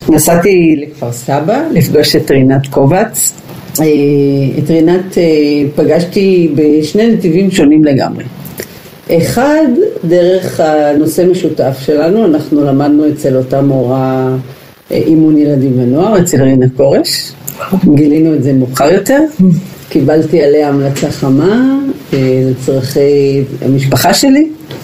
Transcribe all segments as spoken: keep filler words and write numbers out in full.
נסעתי לכפר סבא לפגוש את רינת קובץ. את רינת פגשתי בשני נתיבים שונים לגמרי. אחד, דרך הנושא משותף שלנו, אנחנו למדנו אצל אותה מורה אימון ילדים ונוער, אצל רינה קורש. גילינו את זה מאוחר יותר. קיבלתי עליה המלצה חמה לצרכי המשפחה שלי,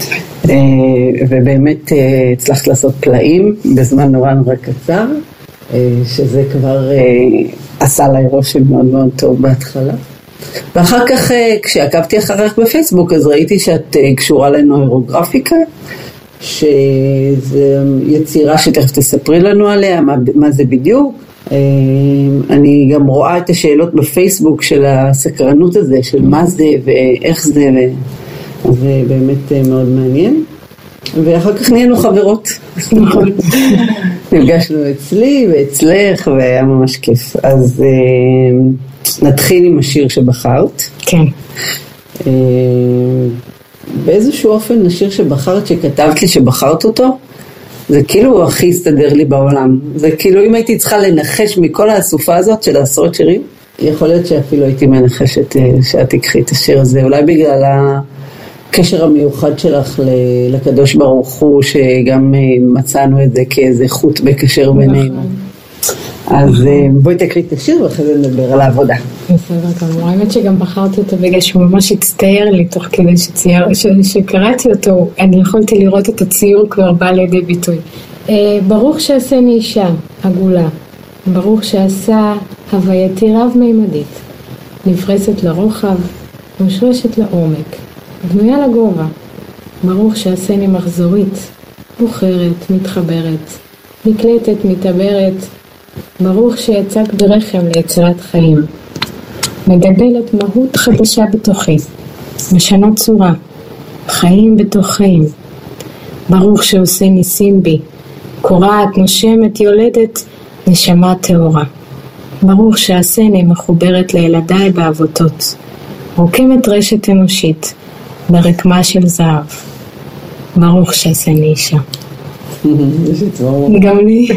ובאמת הצלחת לעשות פלאים בזמן נורא נורא קצר, שזה כבר עשה לי רושם מאוד מאוד טוב בהתחלה. ואחר כך כשעקבתי אחריך בפייסבוק אז ראיתי שאת קשורה לנוירוגרפיקה, שזו יצירה שתכף תספרי לנו עליה, מה, מה זה בדיוק. אני גם רואה את השאלות בפייסבוק של הסקרנות הזה, של מה זה ואיך זה, וזה באמת מאוד מעניין. ואחר כך נהיינו חברות. נפגשנו אצלי ואצלך והיה ממש כיף. אז נתחיל עם השיר שבחרת. כן. באיזשהו אופן השיר שבחרת, שכתבת לי שבחרת אותו, זה כאילו הכי הסתדר לי בעולם. זה כאילו אם הייתי צריכה לנחש מכל האסופה הזאת של עשרות שירים, יכול להיות שאפילו הייתי מנחשת שאת תקחי את השיר הזה, אולי בגלל הקשר המיוחד שלך לקדוש ברוך הוא, שגם מצאנו את זה כאיזה חוט בקשר בינינו. אז בואי תקריא את השיר ואחרי זה נדבר על העבודה. בסדר כמובן, האמת שגם בחרתי אותו בגלל שהוא ממש הצטייר לי תוך כדי שצייר, שקראתי אותו, אני יכולתי לראות את הציור כבר בא לידי ביטוי. ברוך שעשני אישה עגולה, ברוך שעשה הווייתי רב מימדית, נפרסת לרוחב, מושרשת לעומק, בנויה לגובה, ברוך שעשני מחזורית, בוחרת, מתחברת, נקלטת, מתעברת, ברוך שיצק ברחם ליצירת חיים, מגדלת מהות חדשה בתוכי, משנה צורה, חיים בתוך חיים. ברוך שעושה ניסים בי, קורעת, נושמת, יולדת, נשמה טהורה. ברוך שעשני מחוברת לילדיי באבותות, רוקמת רשת אנושית, ברקמה של זהב. ברוך שעשני אישה. גם לי.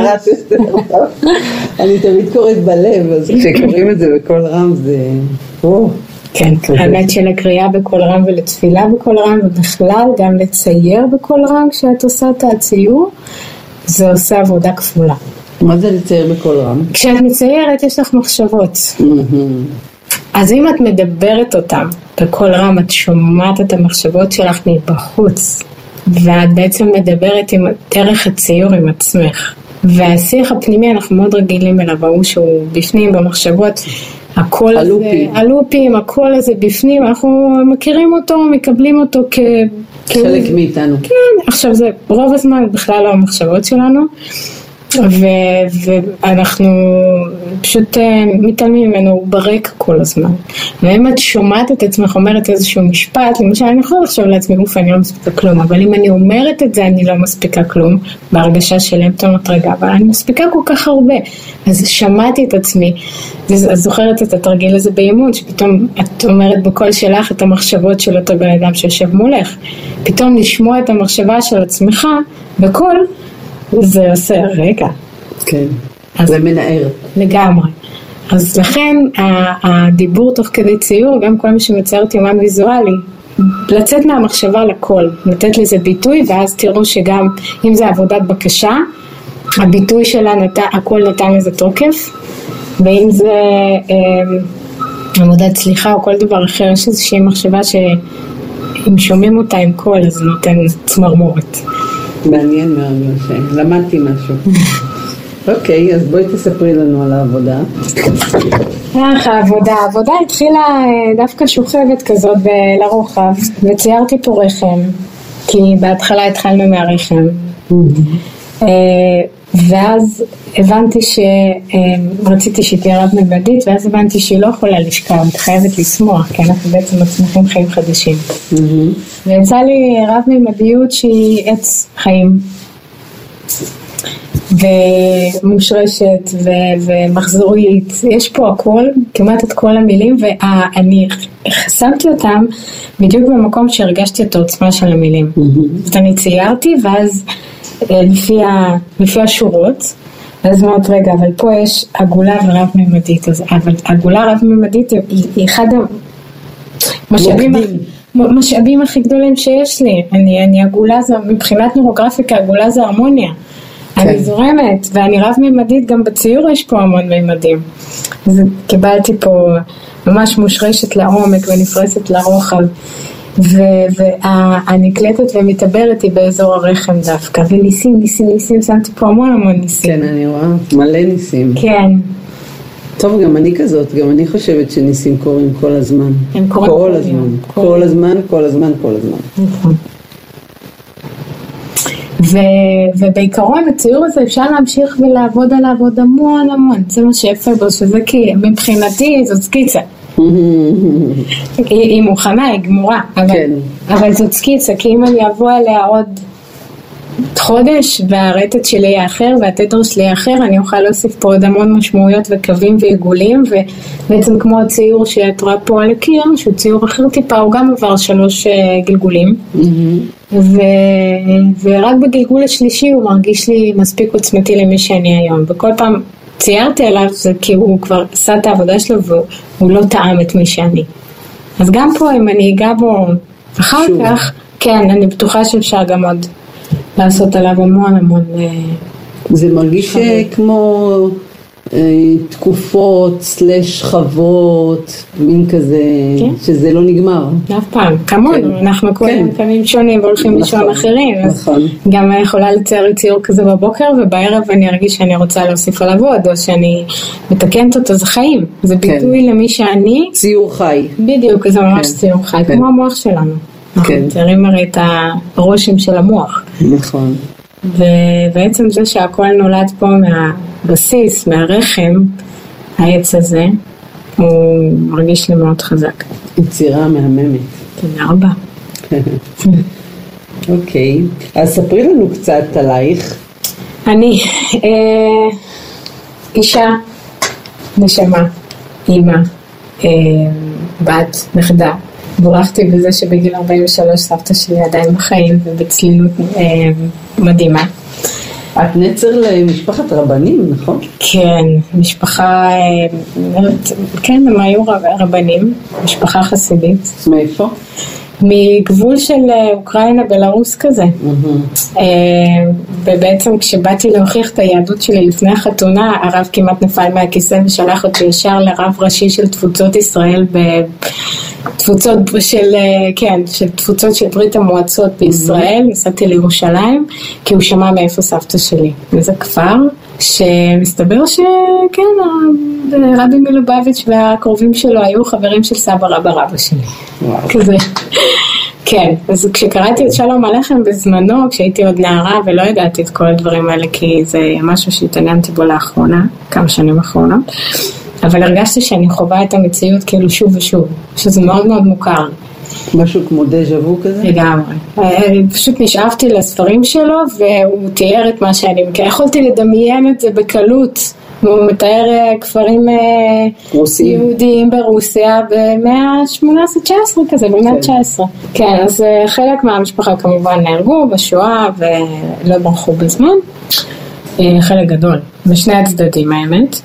אני תמיד קוראת בלב, אז כשקוראים את זה בכל רם זה... כן, האמת של הקריאה בכל רם ולתפילה בכל רם, ובכלל גם לצייר בכל רם כשאת עושה את הציור, זה עושה עבודה כפולה. מה זה לצייר בכל רם? כשאת מציירת יש לך מחשבות. אז אם את מדברת אותם בכל רם, את שומעת את המחשבות שלך מבחוץ, ואת בעצם מדברת עם דרך הציור עם עצמך. והשיח הפנימי אנחנו מאוד רגילים אליו, הוא שהוא בפנים במחשבות, הקול הזה, הלופים, הקול הזה בפנים, אנחנו מכירים אותו, מקבלים אותו כ... חלק כ... מאיתנו. כן, עכשיו זה רוב הזמן בכלל לא המחשבות שלנו, ו... ואנחנו פשוט מתעלמים ממנו ברקע כל הזמן. ואם את שומעת את עצמך אומרת איזשהו משפט, למשל אני יכולה לחשוב לעצמי גוף אני לא מספיקה כלום, אבל אם אני אומרת את זה אני לא מספיקה כלום, בהרגשה שלהם תונות רגע, אבל אני מספיקה כל כך הרבה. אז שמעתי את עצמי, אז זוכרת את התרגיל הזה באימון, שפתאום את אומרת בקול שלך את המחשבות של אותו בן אדם שיושב מולך, פתאום לשמוע את המחשבה של עצמך בקול, זה עושה רגע. כן, זה מנער. לגמרי. אז לכן הדיבור תוך כדי ציור, גם כל מי שמצייר תימן ויזואלי, לצאת מהמחשבה לכל, לתת לזה ביטוי, ואז תראו שגם אם זה עבודת בקשה, הביטוי שלה נת... הכל נתן לזה תוקף, ואם זה אה, עבודת סליחה או כל דבר אחר, יש איזושהי מחשבה שאם שומעים אותה עם קול, אז נותן צמרמורת. מעניין מאוד יפה, למדתי משהו. אוקיי, אז בואי תספרי לנו על העבודה. איך העבודה? העבודה התחילה דווקא שוכבת כזאת לרוחב, וציירתי פה רחם, כי בהתחלה התחלנו מהרחם. ואז הבנתי שרציתי שתהיה רב ממדית, ואז הבנתי שהיא לא יכולה לשכב, היא חייבת לשמוח, כי אנחנו בעצם מצמיחים חיים חדשים. ויצא לי רב ממדיות שהיא עץ חיים, ומושרשת ומחזורית, יש פה הכל, כמעט את כל המילים, ואני חסמתי אותם בדיוק במקום שהרגשתי את העוצמה של המילים. אז אני ציירתי, ואז לפי, ה, לפי השורות, אז אומרת, רגע, אבל פה יש עגולה ורב-ממדית, אז, אבל עגולה רב-ממדית היא אחד המשאבים, המשאבים הכי גדולים שיש לי. אני, אני עגולה, זה, מבחינת נורוגרפיקה, עגולה זה הרמוניה. כן. אני זורמת, ואני רב-ממדית, גם בציור יש פה המון ממדים. אז קיבלתי פה ממש מושרשת לעומק ונפרסת לרוחב. והנקלטת ומתאברת היא באזור הרחם דווקא, וניסים, ניסים, ניסים, שמתי פה המון המון ניסים. כן, אני רואה מלא ניסים. כן. טוב, גם אני כזאת, גם אני חושבת שניסים קורים כל הזמן. הם קורים כל הזמן, כל הזמן, כל הזמן, כל הזמן. נכון. ובעיקרון הציור הזה אפשר להמשיך ולעבוד עליו עוד המון המון, זה מה שיפה בו, שזה כי מבחינתי זאת סקיצה. היא מוכנה, היא גמורה, אבל זאת סקיצה, כי אם אני אבוא אליה עוד חודש והרטט שלי יהיה אחר והתדר שלי יהיה אחר, אני אוכל להוסיף פה עוד המון משמעויות וקווים ועיגולים, ובעצם כמו הציור שאת רואה פה על הקיר, שהוא ציור אחר טיפה, הוא גם עבר שלוש גלגולים, ורק בגלגול השלישי הוא מרגיש לי מספיק עוצמתי למי שאני היום, וכל פעם ציירתי עליו זה כי הוא כבר עשה את העבודה שלו והוא לא טעם את מי שאני. אז גם פה אם אני אגע בו אחר שוב. כך, כן, אני בטוחה שאפשר גם עוד לעשות עליו המון המון. זה מרגיש חבר. כמו אה, תקופות, סלש חוות, מין כזה, כן? שזה לא נגמר. אף פעם, כמון, כן. אנחנו כל כן. פעמים שונים והולכים לישון נכון. אחרים. נכון. גם אני יכולה לצייר ציור כזה בבוקר, ובערב אני ארגיש שאני רוצה להוסיף עליו עוד, או שאני מתקנת אותו, זה חיים. זה ביטוי כן. למי שאני. ציור חי. בדיוק, זה ממש כן. ציור חי, כן. כמו המוח שלנו. אנחנו כן. מציירים הרי את הרושם של המוח. נכון. ובעצם זה שהכל נולד פה מהבסיס, מהרחם, העץ הזה, הוא מרגיש לי מאוד חזק. יצירה מהממת. תודה רבה. אוקיי, אז ספרי לנו קצת עלייך. אני אה, אישה, נשמה, אימא, אה, בת, נכדה. בורכתי בזה שבגיל ארבעים ושלוש סבתא שלי עדיין בחיים ובצלילות אה, מדהימה. את נצר למשפחת רבנים, נכון? כן, משפחה, כן, הם היו רבנים, משפחה חסידית. מאיפה? מגבול של אוקראינה, בלרוס כזה. Mm-hmm. ובעצם כשבאתי להוכיח את היהדות שלי לפני החתונה, הרב כמעט נפל מהכיסא ושלח אותי ישר לרב ראשי של תפוצות ישראל בתפוצות של, כן, של תפוצות של ברית המועצות בישראל. Mm-hmm. נסעתי לירושלים, כי הוא שמע מאיפה סבתא שלי. וזה כפר שמסתבר שכן, רבי מלובביץ' והקרובים שלו היו חברים של סבא רבא רבא שלי. וואו. כזה. כן, אז כשקראתי את שלום עליכם בזמנו, כשהייתי עוד נערה ולא ידעתי את כל הדברים האלה, כי זה משהו שהתעניינתי בו לאחרונה, כמה שנים אחרונות, אבל הרגשתי שאני חווה את המציאות כאילו שוב ושוב, שזה מאוד מאוד מוכר. משהו כמו דז'ה וו כזה? לגמרי. פשוט נשאבתי לספרים שלו והוא תיאר את מה שאני מכירה. יכולתי לדמיין את זה בקלות. הוא מתאר כפרים רוסיים. יהודיים ברוסיה במאה ה-שמונה עשרה תשע עשרה כזה, במאה ה-תשע עשרה. כן, אז חלק מהמשפחה כמובן נהרגו בשואה ולא ברחו בזמן. חלק גדול, בשני הצדדים האמת.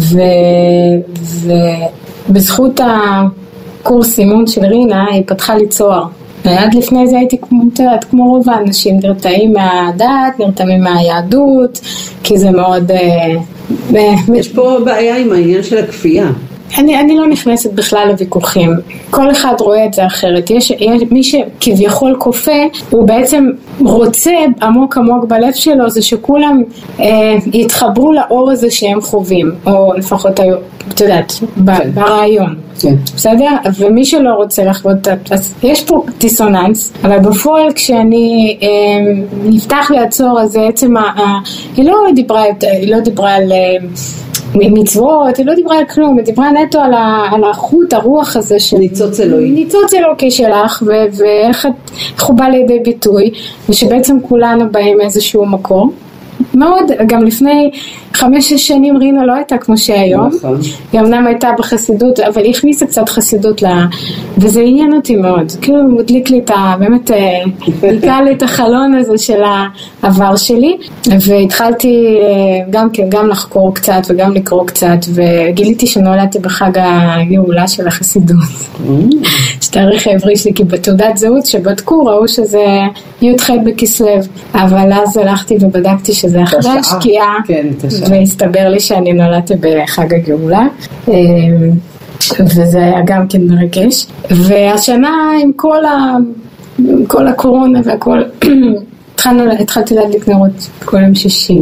ובזכות ה... קורס אימון של רינה, היא פתחה לי צוהר. ועד לפני זה הייתי כמו, כמו רוב האנשים, נרתעים מהדת, נרתעים מהיהדות, כי זה מאוד... יש פה בעיה עם העניין של הכפייה. אני, אני לא נכנסת בכלל לוויכוחים. כל אחד רואה את זה אחרת. יש, יש מי שכביכול כופה, הוא בעצם רוצה עמוק עמוק בלב שלו, זה שכולם אה, יתחברו לאור הזה שהם חווים, או לפחות היו, את יודעת, כן. ברעיון. כן. בסדר? ומי שלא רוצה לחוות, אז יש פה דיסוננס, אבל בפועל כשאני אה, נפתח לעצור, אז בעצם, אה, היא לא דיברה, היא לא דיברה על... אה, מצוות, היא לא דיברה על כלום, היא דיברה נטו על, ה, על החוט, הרוח הזה של... ניצוץ אלוהי. ניצוץ אלוקי שלך, ו- ואיך הוא בא לידי ביטוי, ושבעצם כולנו באים מאיזשהו מקור, מאוד, גם לפני חמש-שש שנים רינה לא הייתה כמו שהיום. נכון. היא אמנם הייתה בחסידות, אבל היא הכניסה קצת חסידות לה, וזה עניין אותי מאוד. כאילו מדליק לי את ה... באמת, דליקה לי את החלון הזה של העבר שלי, והתחלתי גם כן, גם לחקור קצת וגם לקרוא קצת, וגיליתי שנולדתי בחג הגאולה של החסידות. שתאריך העברי שלי, כי בתעודת זהות שבדקו ראו שזה י"ח בכסלו, אבל אז הלכתי ובדקתי שזה אחרי השקיעה, והסתבר לי שאני נולדתי בחג הגאולה, וזה היה גם כן מרגש. והשנה עם כל ה... כל הקורונה והכל, התחלתי להדליק נרות כל יום שישי,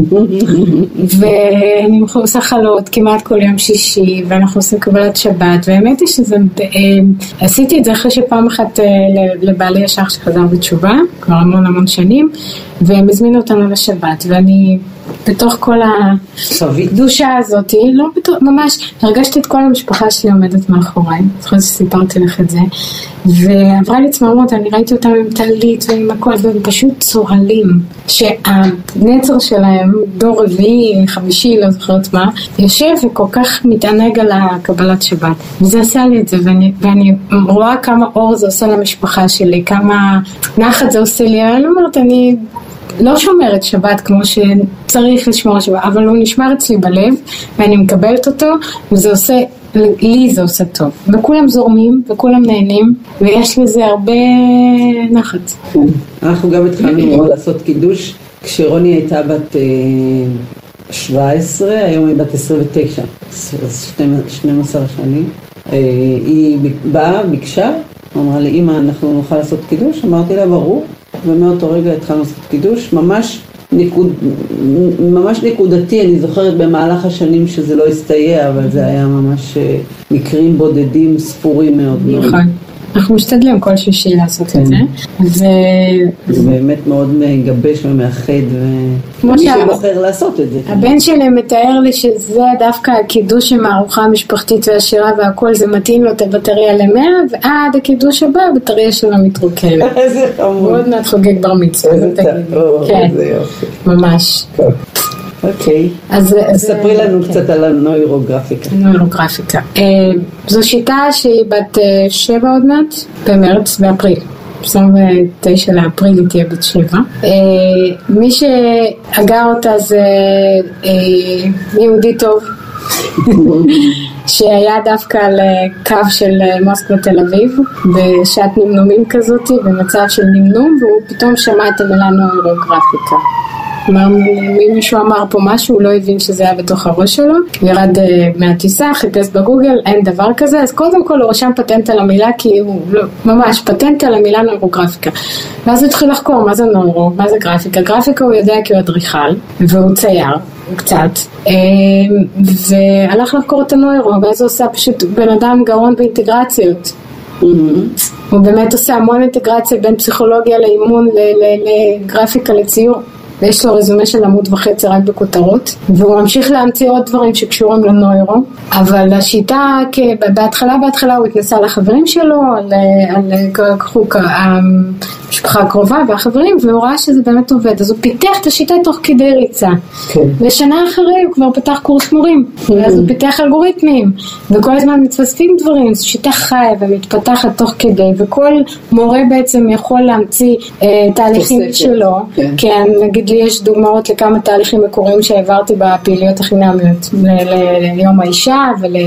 ואני עושה חלות כמעט כל יום שישי, ואנחנו עושים קבלת שבת, והאמת היא שזה, עשיתי את זה אחרי שפעם אחת לבעלי ישר שחזר בתשובה, כבר המון המון שנים, והם הזמינו אותנו לשבת, ואני בתוך כל הקדושה הזאת, לא בתוך, ממש הרגשתי את כל המשפחה שלי עומדת מאחוריי, זוכרת שסיפרתי לך את זה, ועברה לי צמרמורת, אני ראיתי אותם עם טלית ועם הכל, והם פשוט צוהלים, שהנצר שלהם, דור רביעי, חמישי, לא זוכרת מה, יושב וכל כך מתענג על הקבלת שבת, וזה עשה לי את זה, ואני, ואני רואה כמה אור זה עושה למשפחה שלי, כמה נחת זה עושה לי, אני אומרת, אני לא שומרת שבת כמו שצריך לשמור שבת, אבל הוא נשמר אצלי בלב, ואני מקבלת אותו, וזה עושה, לי זה עושה טוב. וכולם זורמים, וכולם נהנים, ויש לזה הרבה נחת. אנחנו גם התחלנו לעשות קידוש, כשרוני הייתה בת שבע עשרה, היום היא בת עשרים ותשע, שתים עשרה שנים. היא באה, ביקשה, אמרה לי, אמא, אנחנו נוכל לעשות קידוש? אמרתי לה, ברור. ומאותו רגע התחלנו לעשות קידוש, ממש, נקוד, ממש נקודתי, אני זוכרת במהלך השנים שזה לא הסתייע, אבל זה היה ממש מקרים בודדים, ספורים מאוד. נכון. אנחנו משתדלים כל שישי לעשות את זה. זה באמת מאוד מגבש ומאחד, ומי שבוחר לעשות את זה. הבן שלי מתאר לי שזה דווקא הקידוש עם הארוחה המשפחתית והשירה והכל, זה מתאים לו את הבטריה למאה, ועד הקידוש הבא הבטריה שלו מתרוקנת. איזה חמוד. מאוד מעט חוגג בר מצווה. איזה יופי. ממש. אוקיי, אז ספרי לנו קצת על הנוירוגרפיקה. נוירוגרפיקה. זו שיטה שהיא בת שבע עוד מעט, במרץ, באפריל. עשרים ותשעה לאפריל היא תהיה בת שבע. מי שהגה אותה זה יהודי טוב, שהיה דווקא על קו של מוסקבה תל אביב, בשעת נמנומים כזאת, במצב של נמנום, והוא פתאום שמע את המילה נוירוגרפיקה. אם מישהו אמר פה משהו, הוא לא הבין שזה היה בתוך הראש שלו, ירד מהטיסה, חיפש בגוגל, אין דבר כזה, אז קודם כל הוא רשם פטנט על המילה, כי הוא לא, ממש פטנט על המילה נוירוגרפיקה. ואז הוא התחיל לחקור מה זה נוירו, מה זה גרפיקה. גרפיקה הוא יודע כי הוא אדריכל, והוא צייר, קצת, והלך לחקור את הנוירו, ואז הוא עושה פשוט בן אדם גאון באינטגרציות. הוא באמת עושה המון אינטגרציה בין פסיכולוגיה לאימון, לגרפיקה, לציור. ויש לו רזומה של עמוד וחצי רק בכותרות, והוא ממשיך להמציא עוד דברים שקשורים לנוירו, אבל השיטה, בהתחלה, בהתחלה הוא התנסה לחברים שלו, על, על חוק המשפחה הקרובה והחברים, והוא ראה שזה באמת עובד, אז הוא פיתח את השיטה תוך כדי ריצה. כן. ושנה אחרי הוא כבר פתח קורס מורים, ואז הוא פיתח אלגוריתמים, וכל הזמן מתווספים דברים, זו שיטה חיה ומתפתחת תוך כדי, וכל מורה בעצם יכול להמציא אה, תהליכים שלו, כן. כן, נגיד לי יש דוגמאות לכמה תהליכים מקוריים שהעברתי בפעילויות החינמיות, ליום האישה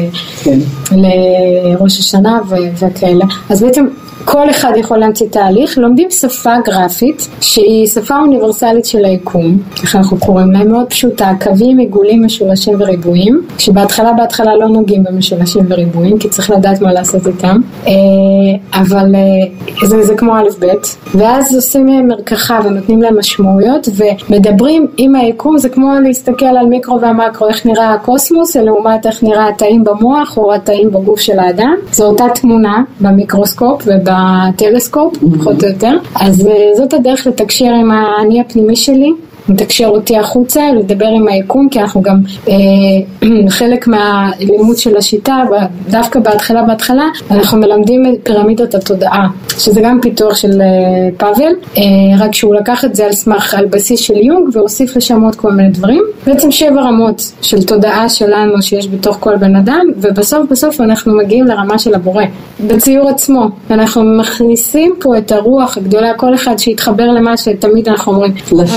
ולראש השנה וכאלה. אז בעצם כל אחד יכול להמציא תהליך, לומדים שפה גרפית שהיא שפה אוניברסלית של היקום, איך אנחנו קוראים להם, מאוד פשוטה, קווים, עיגולים, משולשים וריבועים, שבהתחלה בהתחלה לא נוגעים במשולשים וריבועים, כי צריך לדעת מה לעשות איתם, אבל זה, זה כמו א' ב', ואז עושים מהם מרקחה ונותנים להם משמעויות, ומדברים עם היקום, זה כמו להסתכל על מיקרו והמקרו, איך נראה הקוסמוס, לעומת איך נראה התאים במוח או התאים בגוף של האדם, זו אותה תמונה במיקרוסקופ וב בטלסקופ, פחות או יותר. אז זאת הדרך לתקשר עם האני הפנימי שלי, מתקשר אותי החוצה, לדבר עם היקום, כי אנחנו גם אה, חלק מהלימוד של השיטה, דווקא בהתחלה בהתחלה, אנחנו מלמדים את פירמידות התודעה, שזה גם פיתוח של אה, פאבל, אה, רק שהוא לקח את זה על סמך, על בסיס של יונג, והוסיף לשם עוד כל מיני דברים, בעצם שבע רמות של תודעה שלנו שיש בתוך כל בן אדם, ובסוף בסוף אנחנו מגיעים לרמה של הבורא. בציור עצמו, אנחנו מכניסים פה את הרוח הגדולה, כל אחד שיתחבר למה שתמיד אנחנו אומרים,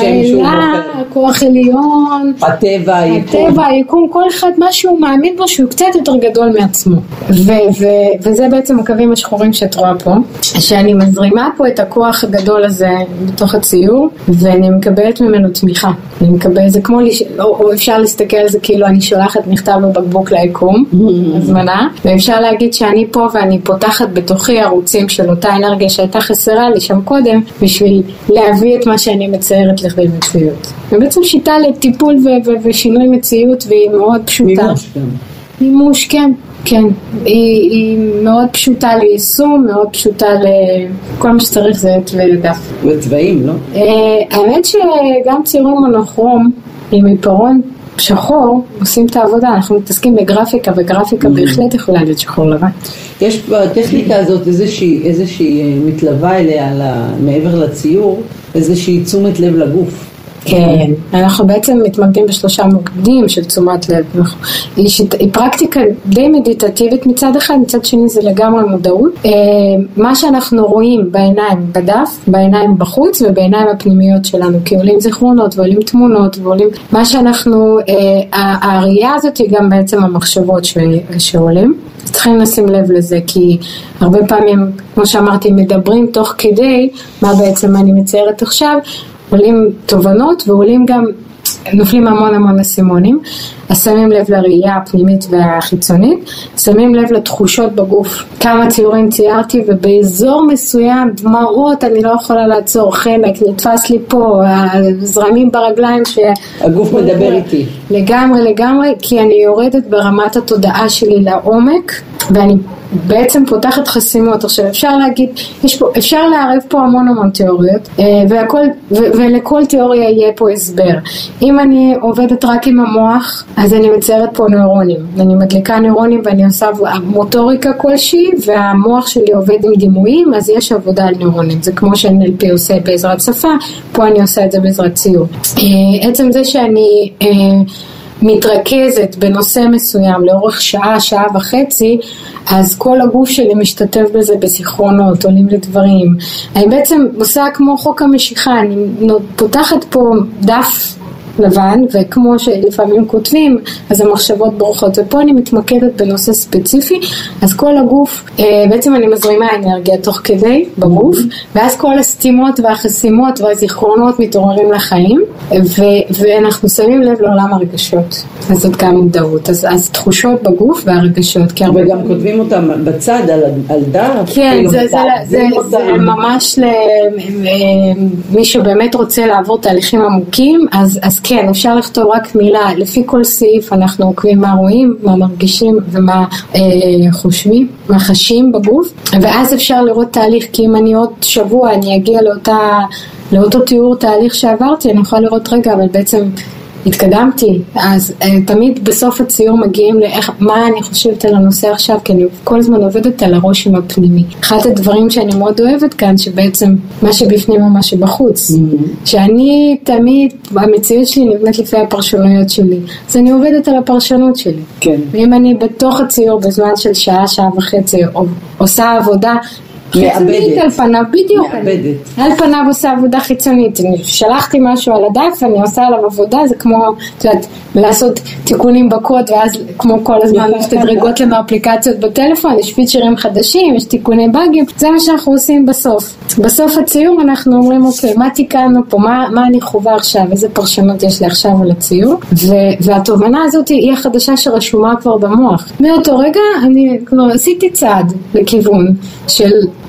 האלה, כוח עליון, הטבע, היקום. הטבע, היקום, כל אחד מה שהוא מאמין בו שהוא קצת יותר גדול מעצמו. ו- ו- וזה בעצם הקווים השחורים שאת רואה פה, שאני מזרימה פה את הכוח הגדול הזה בתוך הציור, ואני מקבלת ממנו תמיכה. אני מקבלת, זה כמו, או, או אפשר להסתכל על זה כאילו אני שולחת מכתב בבקבוק ליקום, הזמנה, ואפשר להגיד שאני פה ואני פותחת בתוכי ערוצים של אותה אנרגיה שהייתה חסרה לי שם קודם, בשביל להביא את מה שאני מציירת לכדי מציאות. ובעצם שיטה לטיפול ו- ו- ושינוי מציאות, והיא מאוד פשוטה. מימוש גם. מימוש, כן. כן, היא, היא מאוד פשוטה ליישום, מאוד פשוטה לכל מה שצריך זה ודף. וצבעים, לא? האמת שגם ציורים מונוכרום עם עיפרון שחור עושים את העבודה, אנחנו מתעסקים בגרפיקה, וגרפיקה בהחלט יכולה להיות שחור לבן. יש בטכניקה הזאת איזושהי, איזושהי מתלווה אליה מעבר לציור, איזושהי תשומת לב לגוף. כן, אנחנו בעצם מתמקדים בשלושה מוקדים של תשומת לב. היא, שיט, היא פרקטיקה די מדיטטיבית מצד אחד, מצד שני זה לגמרי מודעות. מה שאנחנו רואים בעיניים בדף, בעיניים בחוץ ובעיניים הפנימיות שלנו, כי עולים זיכרונות ועולים תמונות ועולים, מה שאנחנו, הראייה הזאת היא גם בעצם המחשבות ש, שעולים. צריכים לשים לב לזה, כי הרבה פעמים, כמו שאמרתי, מדברים תוך כדי מה בעצם אני מציירת עכשיו, עולים תובנות ועולים גם, נופלים המון המון אסימונים, אז שמים לב לראייה הפנימית והחיצונית, שמים לב לתחושות בגוף, כמה ציורים ציירתי ובאזור מסוים, דמעות, אני לא יכולה לעצור, חלק, נתפס לי פה, הזרמים ברגליים שהגוף מדבר איתי. לגמרי, לגמרי, כי אני יורדת ברמת התודעה שלי לעומק, ואני בעצם פותחת חסימות. עכשיו אפשר להגיד, יש פה, אפשר לערב פה המון המון תיאוריות, והכל, ו, ולכל תיאוריה יהיה פה הסבר. אם אני עובדת רק עם המוח, אז אני מציירת פה נוירונים. אני מדליקה נוירונים ואני עושה מוטוריקה כלשהי, והמוח שלי עובד עם דימויים, אז יש עבודה על נוירונים. זה כמו ש-אן אל פי עושה בעזרת שפה, פה אני עושה את זה בעזרת ציור. עצם זה שאני מתרכזת בנושא מסוים לאורך שעה, שעה וחצי, אז כל הגוף שלי משתתף בזה בזיכרונות, עולים לדברים. אני בעצם עושה כמו חוק המשיכה, אני פותחת פה דף לבן, וכמו שלפעמים כותבים, אז המחשבות ברוכות, ופה אני מתמקדת בנושא ספציפי, אז כל הגוף, בעצם אני מזרימה אנרגיה תוך כדי בגוף, ואז כל הסתימות והחסימות והזיכרונות מתעוררים לחיים, ו- ואנחנו שמים לב לעולם הרגשות. אז זאת גם מודעות, אז, אז תחושות בגוף והרגשות. וגם הרבה... כותבים אותם בצד על, על דף. כן, זה, זה, זה, זה, זה ממש למי שבאמת רוצה לעבור תהליכים עמוקים, אז, אז כן, אפשר לכתוב רק מילה, לפי כל סעיף אנחנו עוקבים מה רואים, מה מרגישים ומה אה, חושבים, מה חשים בגוף, ואז אפשר לראות תהליך, כי אם אני עוד שבוע אני אגיע לאותה, לאותו תיאור תהליך שעברתי, אני יכולה לראות רגע, אבל בעצם התקדמתי, אז uh, תמיד בסוף הציור מגיעים לאיך, מה אני חושבת על הנושא עכשיו, כי אני כל הזמן עובדת על הרושם הפנימי. אחד הדברים שאני מאוד אוהבת כאן, שבעצם מה שבפנים ומה שבחוץ, mm-hmm. שאני תמיד, המציאות שלי נבנית לפי הפרשנויות שלי, אז אני עובדת על הפרשנות שלי. כן. ואם אני בתוך הציור בזמן של שעה, שעה וחצי, עושה עבודה, חיצונית על פניו, בדיוק, על פניו עושה עבודה חיצונית, אני שלחתי משהו על הדף, אני עושה עליו עבודה, זה כמו, את יודעת, לעשות תיקונים בקוד, ואז כמו כל הזמן יש תדרגות למה אפליקציות בטלפון, יש פיצ'רים חדשים, יש תיקוני באגים, זה מה שאנחנו עושים בסוף. בסוף הציור אנחנו אומרים, אוקיי, מה תיקנו פה, מה, מה אני חובה עכשיו, איזה פרשנות יש לי עכשיו על הציור, ו, והתובנה הזאת היא החדשה שרשומה כבר במוח. מאותו רגע אני כבר עשיתי צעד לכיוון של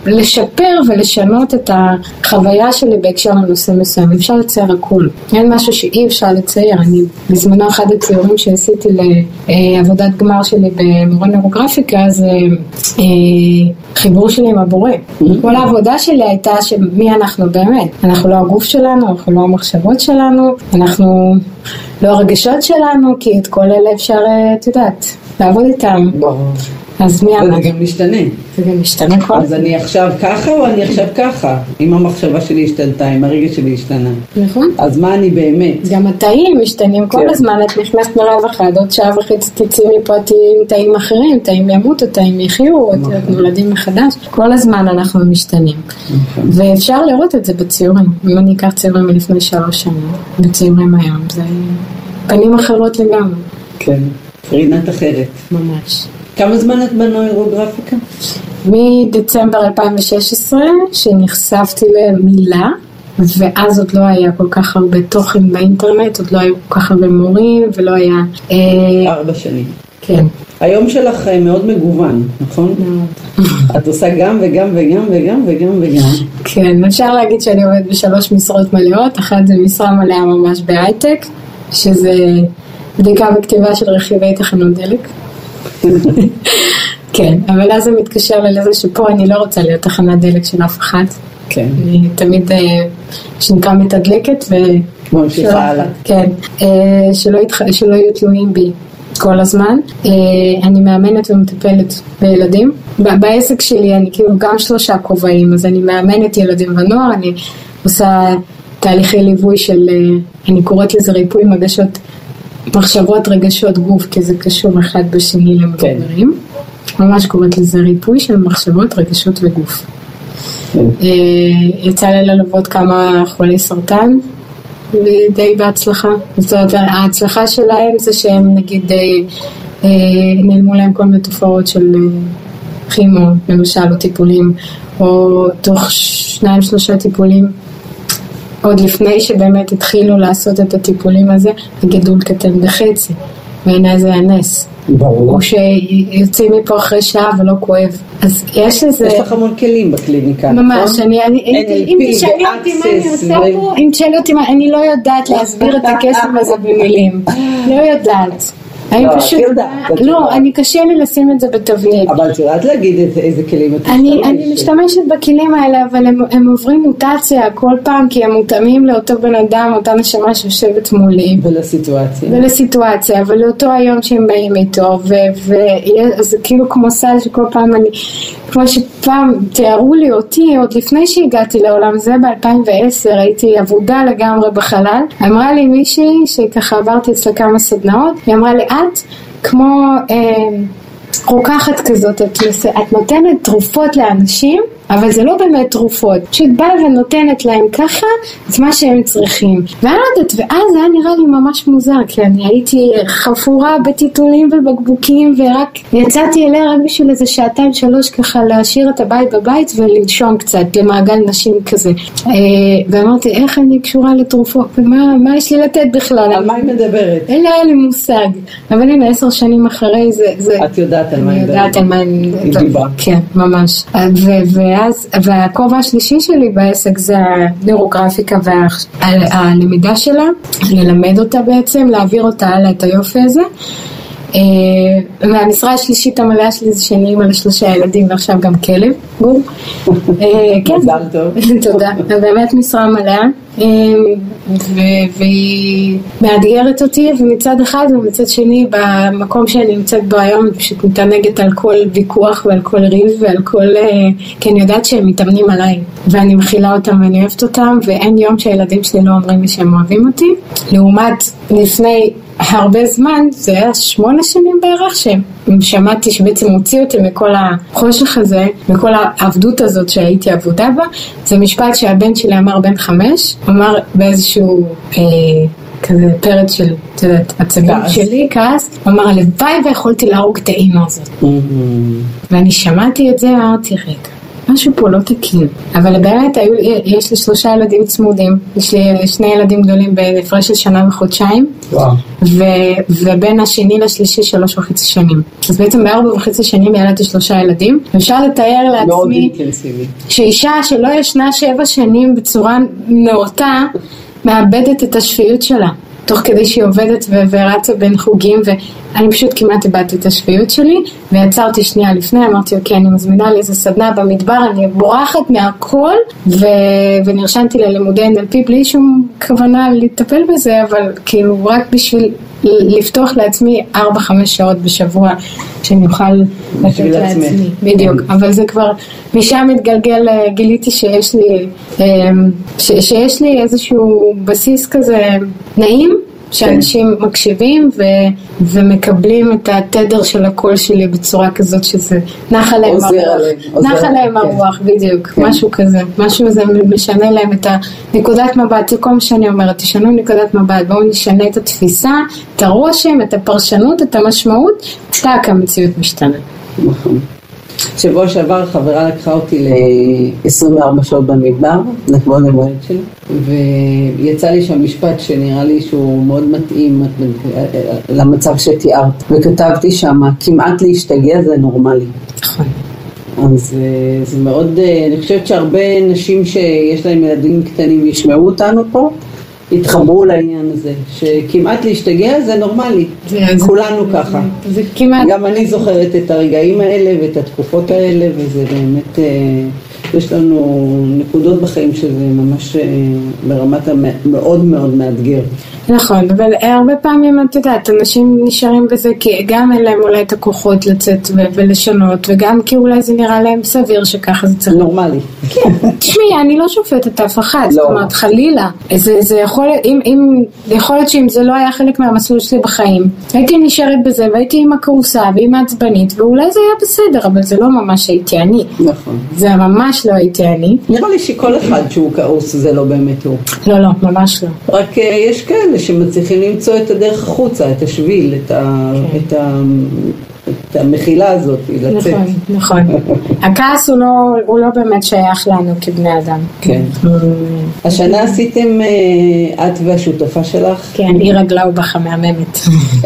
לשפר ולשנות את החוויה שלי בהקשר לנושא מסוים. אפשר לצייר הכל. אין משהו שאי אפשר לצייר. אני בזמנו אחד הציורים שעשיתי לעבודת גמר שלי במורה נוירוגרפיקה, זה חיבור שלי עם הבורא. כל העבודה שלי הייתה שמי אנחנו באמת. אנחנו לא הגוף שלנו, אנחנו לא המחשבות שלנו, אנחנו לא הרגשות שלנו, כי את כל אלה אפשר, את יודעת, לעבוד איתם. אז מי אמר? זה גם משתנה. זה גם משתנה כל. אז אני עכשיו ככה או אני עכשיו ככה? אם המחשבה שלי השתנתה, אם הרגש שלי השתנה. נכון. אז מה אני באמת? גם התאים משתנים כל הזמן, את נכנסת מרב אחד, עוד שעה וחצי תצאי מפה תאים אחרים, תאים ימותו, תאים יחיו, את נולדים מחדש. כל הזמן אנחנו משתנים. ואפשר לראות את זה בציורים. אם אני אקח ציורים מלפני שלוש שנים, בציורים היום, זה פנים אחרות לגמרי. כן, רינת אחרת. ממש. כמה זמן את בנוירוגרפיקה? מדצמבר אלפיים ושש עשרה שנחשפתי למילה, ואז עוד לא היה כל כך הרבה תוכן באינטרנט, עוד לא היו כל כך הרבה מורים ולא היה... ארבע שנים. כן. היום שלך מאוד מגוון, נכון? מאוד. את עושה גם וגם וגם וגם וגם וגם. כן, אפשר להגיד שאני עובדת בשלוש משרות מלאות, אחת זה משרה מלאה ממש בהייטק, שזה בדיקה וכתיבה של רכיבי תחנות דלק. כן, אבל אז זה מתקשר לזה שפה אני לא רוצה להיות תחנת דלק של אף אחד. כן. אני תמיד שנקרא מתדלקת ו... ממשיכה הלאה. כן, שלא יהיו תלויים בי כל הזמן. אני מאמנת ומטפלת בילדים. בעסק שלי אני כאילו גם שלושה כובעים, אז אני מאמנת ילדים ונוער, אני עושה תהליכי ליווי של, אני קוראת לזה ריפוי מגשות, מחשבות, רגשות, גוף, כי זה קשור אחד בשני למבוגרים. כן. ממש קוראת לזה ריפוי של מחשבות, רגשות וגוף. כן. יצא לי ללוות כמה חולי סרטן, די בהצלחה. זאת אומרת, ההצלחה שלהם זה שהם נגיד נעלמו להם כל מיני תופעות של כימו, למשל, או טיפולים, או תוך שניים שלושה טיפולים, עוד לפני שבאמת התחילו לעשות את הטיפולים הזה, הגידול קטן בחצי, בעיניי זה הנס. ברור. או שיוצאים מפה אחרי שעה ולא כואב. אז יש לזה... יש לך המון כלים בקליניקה. ממש, אני... אם תשאלי אותי מה אני עושה פה, אם תשאלי אותי מה, אני לא יודעת להסביר את הקסם הזה במילים. לא יודעת. אני פשוט, לא, אני קשה לי לשים את זה בתבנית. אבל את יודעת להגיד איזה כלים את משתמשת? אני משתמשת בכלים האלה, אבל הם עוברים מוטציה כל פעם, כי הם מותאמים לאותו בן אדם, אותה נשמה שיושבת מולי. ולסיטואציה. ולסיטואציה, ולאותו היום שהם באים איתו, וזה כאילו כמו סל שכל פעם אני, כמו שפעם תיארו לי אותי, עוד לפני שהגעתי לעולם זה, ב-אלפיים ועשר, הייתי עבודה לגמרי בחלל, אמרה לי מישהי, שככה עברתי אצלה כמה סדנאות, היא אמרה לי, את כמו אה, רוקחת כזאת, את, את נותנת תרופות לאנשים, אבל זה לא באמת תרופות, פשוט באה ונותנת להם ככה את מה שהם צריכים. ואני לא יודעת, ואז זה היה נראה לי ממש מוזר, כי אני הייתי חפורה בטיטולים ובקבוקים, ורק יצאתי אליה רק בשביל איזה שעתיים שלוש ככה להשאיר את הבית בבית ולנשום קצת למעגל נשים כזה. ואמרתי, איך אני קשורה לתרופות? ומה מה יש לי לתת בכלל? על מה היא מדברת? אין לי מושג. אבל הנה עשר שנים אחרי זה... זה את יודעת על מה היא מדברת. אני יודעת על מה היא דיברה. כן, ממש. ואז, והכובע השלישי שלי בעסק זה הנוירוגרפיקה והלמידה שלה, ללמד אותה בעצם, להעביר אותה הלאה את היופי הזה. והמשרה השלישית המלאה שלי זה שאני אימא לשלושה ילדים ועכשיו גם כלב. מזל טוב. תודה. באמת משרה מלאה. והיא מאתגרת אותי, ומצד אחד ומצד שני במקום שאני נמצאת בו היום אני פשוט מתענגת על כל ויכוח ועל כל ריב ועל כל, כי אני יודעת שהם מתאמנים עליי ואני מכילה אותם ואני אוהבת אותם, ואין יום שהילדים שלי לא אומרים לי שהם אוהבים אותי. לעומת לפני הרבה זמן, זה היה שמונה שנים בערך, ששמעתי שבעצם הוציא אותי מכל החושך הזה, מכל העבדות הזאת שהייתי עבודה בה. זה משפט שהבן שלי אמר בן חמש, אמר באיזשהו אה, כזה פרץ של, אתה יודעת, עצבים שלי, כעס, הוא אמר, הלוואי ויכולתי להרוג את האמא הזאת. Mm-hmm. ואני שמעתי את זה, אמרתי, רגע, משהו פה לא תקין. אבל באמת היו, יש לי שלושה ילדים צמודים, יש לי שני ילדים גדולים בהפרש של שנה וחודשיים, וואו. ו, ובין השני לשלישי שלוש וחצי שנים. אז בעצם בארבע וחצי שנים ילדתי שלושה ילדים, אפשר לתאר לעצמי שאישה שלא ישנה שבע שנים בצורה נאותה, מאבדת את השפיות שלה. תוך כדי שהיא עובדת ורצה בין חוגים, ואני פשוט כמעט איבדתי את השפיות שלי, ויצרתי שנייה לפני, אמרתי, אוקיי, אני מזמינה לי איזה סדנה במדבר, אני בורחת מהכל, ו... ונרשמתי ללימודי אן אל פי בלי שום כוונה לטפל בזה, אבל כאילו רק בשביל לפתוח לעצמי ארבע חמש שעות בשבוע, שאני אוכל לתת לעצמי. בדיוק, אבל זה כבר, משם מתגלגל, גיליתי שיש לי, ש... שיש לי איזשהו בסיס כזה נעים, שאנשים מקשיבים ו- ומקבלים את התדר של הקול שלי בצורה כזאת שזה נחה להם הרוח, נחה להם הרוח, בדיוק, משהו כזה, משהו זה משנה להם את הנקודת מבט, זה כל מה שאני אומרת, תשנו נקודת מבט, בואו נשנה את התפיסה, את הרושם, את הפרשנות, את המשמעות, רק המציאות משתנה. נכון. שבוע שעבר חברה לקחה אותי ל-עשרים וארבע שעות במדבר, לכבוד המועד שלי, ויצא לי שם משפט שנראה לי שהוא מאוד מתאים למצב שתיארת, וכתבתי שם, כמעט להשתגע זה נורמלי. נכון. אז זה מאוד, אני חושבת שהרבה נשים שיש להם ילדים קטנים ישמעו אותנו פה, התחברו לעניין הזה, שכמעט להשתגע זה נורמלי, זה, כולנו זה, ככה. זה, זה כמעט... גם אני זוכרת את הרגעים האלה ואת התקופות האלה, וזה באמת, יש לנו נקודות בחיים שזה ממש ברמת המאוד מאוד מאתגר. נכון, אבל הרבה פעמים את יודעת, אנשים נשארים בזה כי גם אין להם אולי את הכוחות לצאת ולשנות, וגם כי אולי זה נראה להם סביר שככה זה צריך... נורמלי. כן, תשמעי, אני לא שופטת אף אחד, זאת אומרת, חלילה. זה, זה יכול, אם, אם, יכול להיות שאם זה לא היה חלק מהמסלול שלי בחיים, הייתי נשארת בזה, והייתי עם הקורסה ועם העצבנית, ואולי זה היה בסדר, אבל זה לא ממש הייתי אני. נכון. זה ממש לא הייתי אני. נראה לי שכל אחד שהוא קורס זה לא באמת הוא. לא, לא, ממש לא. רק יש כאלה שמצליחים למצוא את הדרך החוצה, את השביל, את, ה, כן. את, ה, את המחילה הזאת, לצאת. נכון, נכון. הכעס הוא לא, הוא לא באמת שייך לנו כבני אדם. כן. השנה עשיתם, את והשותפה שלך? כן, עירה גלאובך המהממת.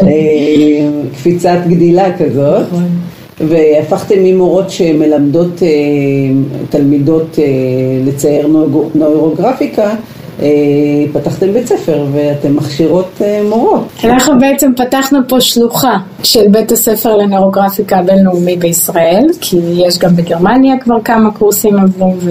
קפיצת גדילה כזאת. נכון. והפכתם ממורות שמלמדות תלמידות לצייר נוירוגרפיקה, פתחתם בית ספר ואתם מכשירות מורות. אנחנו בעצם פתחנו פה שלוחה של בית הספר לנוירוגרפיקה הבינלאומי בישראל, כי יש גם בגרמניה כבר כמה קורסים עברו, ו...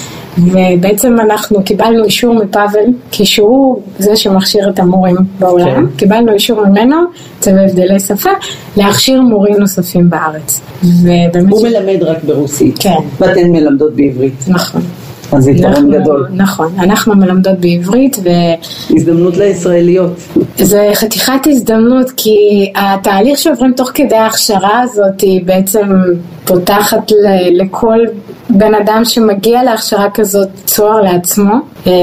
ובעצם אנחנו קיבלנו אישור מפאבל, כי שהוא זה שמכשיר את המורים בעולם, כן. קיבלנו אישור ממנו, צבע הבדלי שפה, להכשיר מורים נוספים בארץ. הוא מלמד רק ברוסית, כן. ואתן מלמדות בעברית. נכון. אז זה יתרון גדול. נכון, אנחנו מלמדות בעברית ו... הזדמנות לישראליות. זה חתיכת הזדמנות, כי התהליך שעוברים תוך כדי ההכשרה הזאת היא בעצם פותחת ל- לכל בן אדם שמגיע להכשרה כזאת צוהר לעצמו.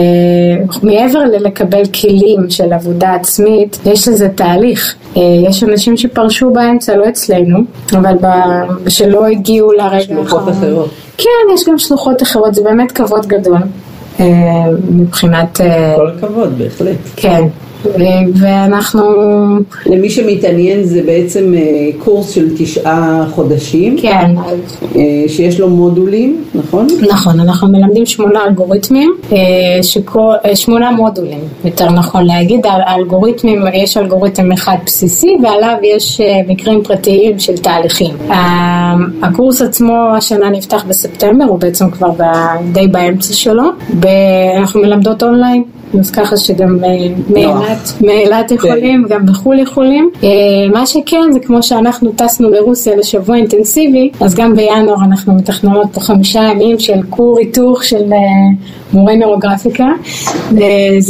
מעבר ללקבל כלים של עבודה עצמית, יש לזה תהליך. יש אנשים שפרשו באמצע, לא אצלנו, אבל שלא הגיעו לרגע. שלוחות אחרות. כן, יש גם שלוחות אחרות, זה באמת כבוד גדול. מבחינת... כל הכבוד, בהחלט. כן. ואנחנו... למי שמתעניין זה בעצם קורס של תשעה חודשים. כן. שיש לו מודולים, נכון? נכון, אנחנו מלמדים שמונה אלגוריתמים, שכל, שמונה מודולים, יותר נכון להגיד. האלגוריתמים, יש אלגוריתם אחד בסיסי, ועליו יש מקרים פרטיים של תהליכים. הקורס עצמו השנה נפתח בספטמבר, הוא בעצם כבר די באמצע שלו. אנחנו מלמדות אונליין. אז ככה שגם מאילת יכולים, גם בחול יכולים. מה שכן, זה כמו שאנחנו טסנו לרוסיה לשבוע אינטנסיבי, אז גם בינואר אנחנו מתכננות פה חמישה ימים של קור היתוך של מורי נוירוגרפיקה. זה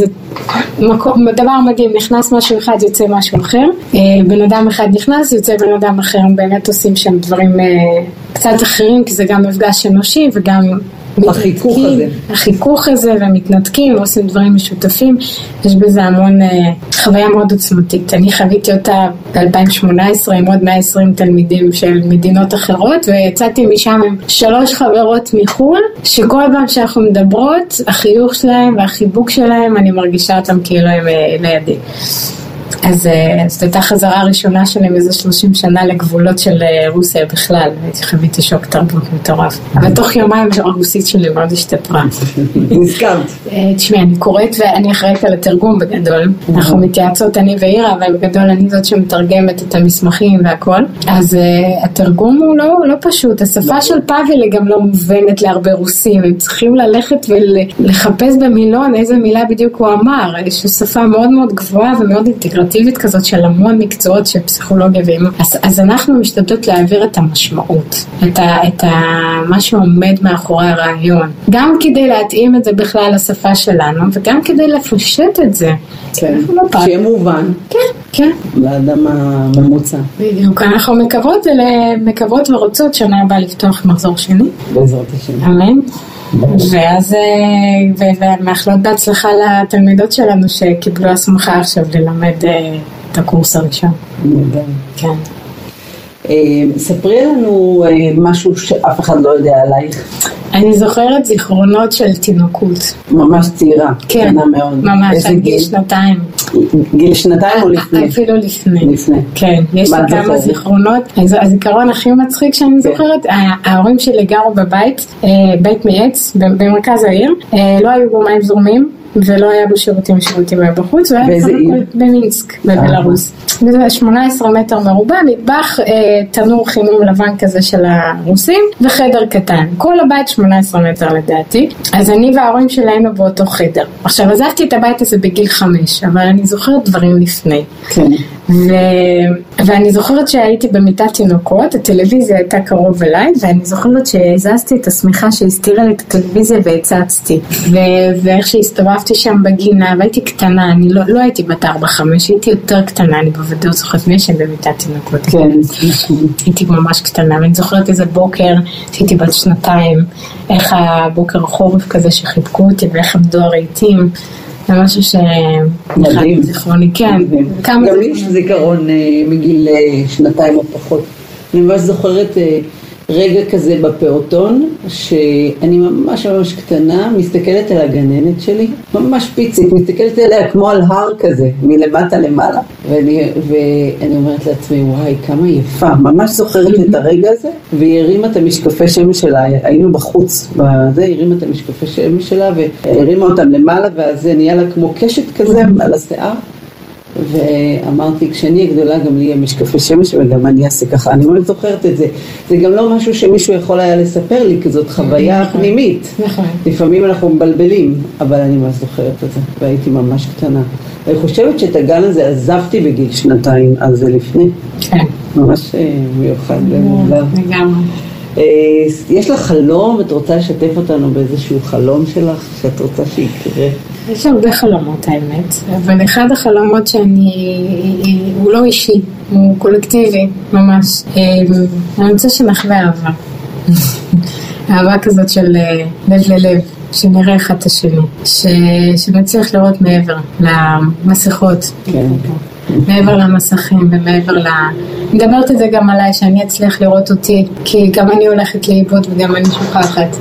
דבר מדהים, נכנס משהו אחד, יוצא משהו אחר. בן אדם אחד נכנס, יוצא בן אדם אחר. הם באמת עושים שם דברים קצת אחרים, כי זה גם מפגש אנושי וגם החיכוך הזה. החיכוך הזה, ומתנתקים, עושים דברים משותפים, יש בזה המון חוויה מאוד עוצמתית. אני חוויתי אותה ב-אלפיים שמונה עשרה עם עוד מאה ועשרים תלמידים של מדינות אחרות, ויצאתי משם עם שלוש חברות מחול, שכל פעם שאנחנו מדברות, החיוך שלהם והחיבוק שלהם, אני מרגישה אותם כאילו הם לידי. אז זאת הייתה חזרה ראשונה שלי מזה שלושים שנה לגבולות של רוסיה בכלל, הייתי חוויתי שוק תרבות מטורף. אבל תוך יומיים הרוסית שלי מאוד השתפרה. נזכרת. תשמעי, אני קוראת ואני אחראית על התרגום בגדול. אנחנו מתייעצות, אני ואירה, אבל בגדול אני זאת שמתרגמת את המסמכים והכל. אז התרגום הוא לא פשוט. השפה של פאבל היא גם לא מובנת להרבה רוסים. הם צריכים ללכת ולחפש במילון איזה מילה בדיוק הוא אמר. יש שפה מאוד מאוד גבוהה ומאוד אינטגרטיבית כזאת של המון מקצועות של פסיכולוגיה ואימון. אז, אז אנחנו משתדלות להעביר את המשמעות, את, ה, את ה, מה שעומד מאחורי הרעיון. גם כדי להתאים את זה בכלל לשפה שלנו, וגם כדי לפשט את זה. כן, שיהיה מובן. כן, כן. לאדם הממוצע. בדיוק, אנחנו מקוות, מקוות ורוצות שנה הבאה לפתוח מחזור שני. בעזרת השם. אמן. ואז ומאחלות בהצלחה לתלמידות שלנו שקיבלו הסמכה עכשיו ללמד את הקורס הראשון. כן. ספרי לנו משהו שאף אחד לא יודע עלייך. אני זוכרת זיכרונות של תינוקות. ממש צעירה. כן, מאוד. ממש, עד גיל שנתיים. גיל שנתיים או לפני? אפילו לפני. לפני. כן, יש לי כמה זיכרונות. הזיכרון הכי מצחיק שאני זוכרת, ההורים שלי גרו בבית, בית מעץ, במרכז העיר, לא היו בו מים זורמים. ולא היה בו שירותים, שירותים היה בחוץ, באיזה עיר? במינסק, בבלרוס. זה שמונה עשרה מטר מרובע, מטבח, תנור חימום לבן כזה של הרוסים, וחדר קטן. כל הבית שמונה עשרה מטר לדעתי, אז אני וההורים שלנו באותו חדר. עכשיו, עזבתי את הבית הזה בגיל חמש, אבל אני זוכרת דברים לפני. כן. ו... ואני זוכרת שהייתי במיטת תינוקות, הטלוויזיה הייתה קרוב אליי, ואני זוכרת שהזזתי את השמיכה שהסתירה לי את הטלוויזיה והצצתי. ו... ואיך שהסתובבתי שם בגינה, והייתי קטנה, אני לא, לא הייתי בת ארבע חמש, הייתי יותר קטנה, אני בוודאות זוכרת מי שאני במיטת תינוקות. כן. הייתי ממש קטנה, ואני זוכרת איזה בוקר, שהייתי בת שנתיים, איך הבוקר חורף כזה שחיבקו אותי, ואיך עמדו הרהיטים. זה משהו מדהים. זיכרוני, כן. גם לי יש זיכרון מגיל שנתיים או פחות. אני ממש זוכרת רגע כזה בפעוטון, שאני ממש ממש קטנה, מסתכלת על הגננת שלי, ממש פיצית, מסתכלת עליה כמו על הר כזה, מלמטה למעלה. ואני, ואני אומרת לעצמי, וואי, כמה יפה. ממש זוכרת את הרגע הזה, והיא הרימה את המשקפי שמש שלה, היינו בחוץ, בזה, היא הרימה את המשקפי שמש שלה, והרימה אותם למעלה, ואז זה נהיה לה כמו קשת כזה על השיער. ואמרתי, כשאני הגדולה גם לי יהיה משקפי שמש וגם אני אעשה ככה. אני מאוד זוכרת את זה. זה גם לא משהו שמישהו יכול היה לספר לי, כי זאת חוויה פנימית. לפעמים אנחנו מבלבלים, אבל אני ממש זוכרת את זה, והייתי ממש קטנה. אני חושבת שאת הגן הזה עזבתי בגיל שנתיים, אז זה לפני. כן. ממש מיוחד ומובלב. לגמרי. יש לך חלום, את רוצה לשתף אותנו באיזשהו חלום שלך שאת רוצה שיקרה? יש הרבה חלומות האמת, אבל אחד החלומות שאני, הוא לא אישי, הוא קולקטיבי ממש. אני רוצה שנחווה אהבה. אהבה כזאת של לב ללב, שנראה אחד את השני, שנצליח לראות מעבר למסכות. כן. מעבר למסכים ומעבר ל... מדברת את זה גם עליי, שאני אצליח לראות אותי, כי גם אני הולכת לאיבוד וגם אני שוכחת.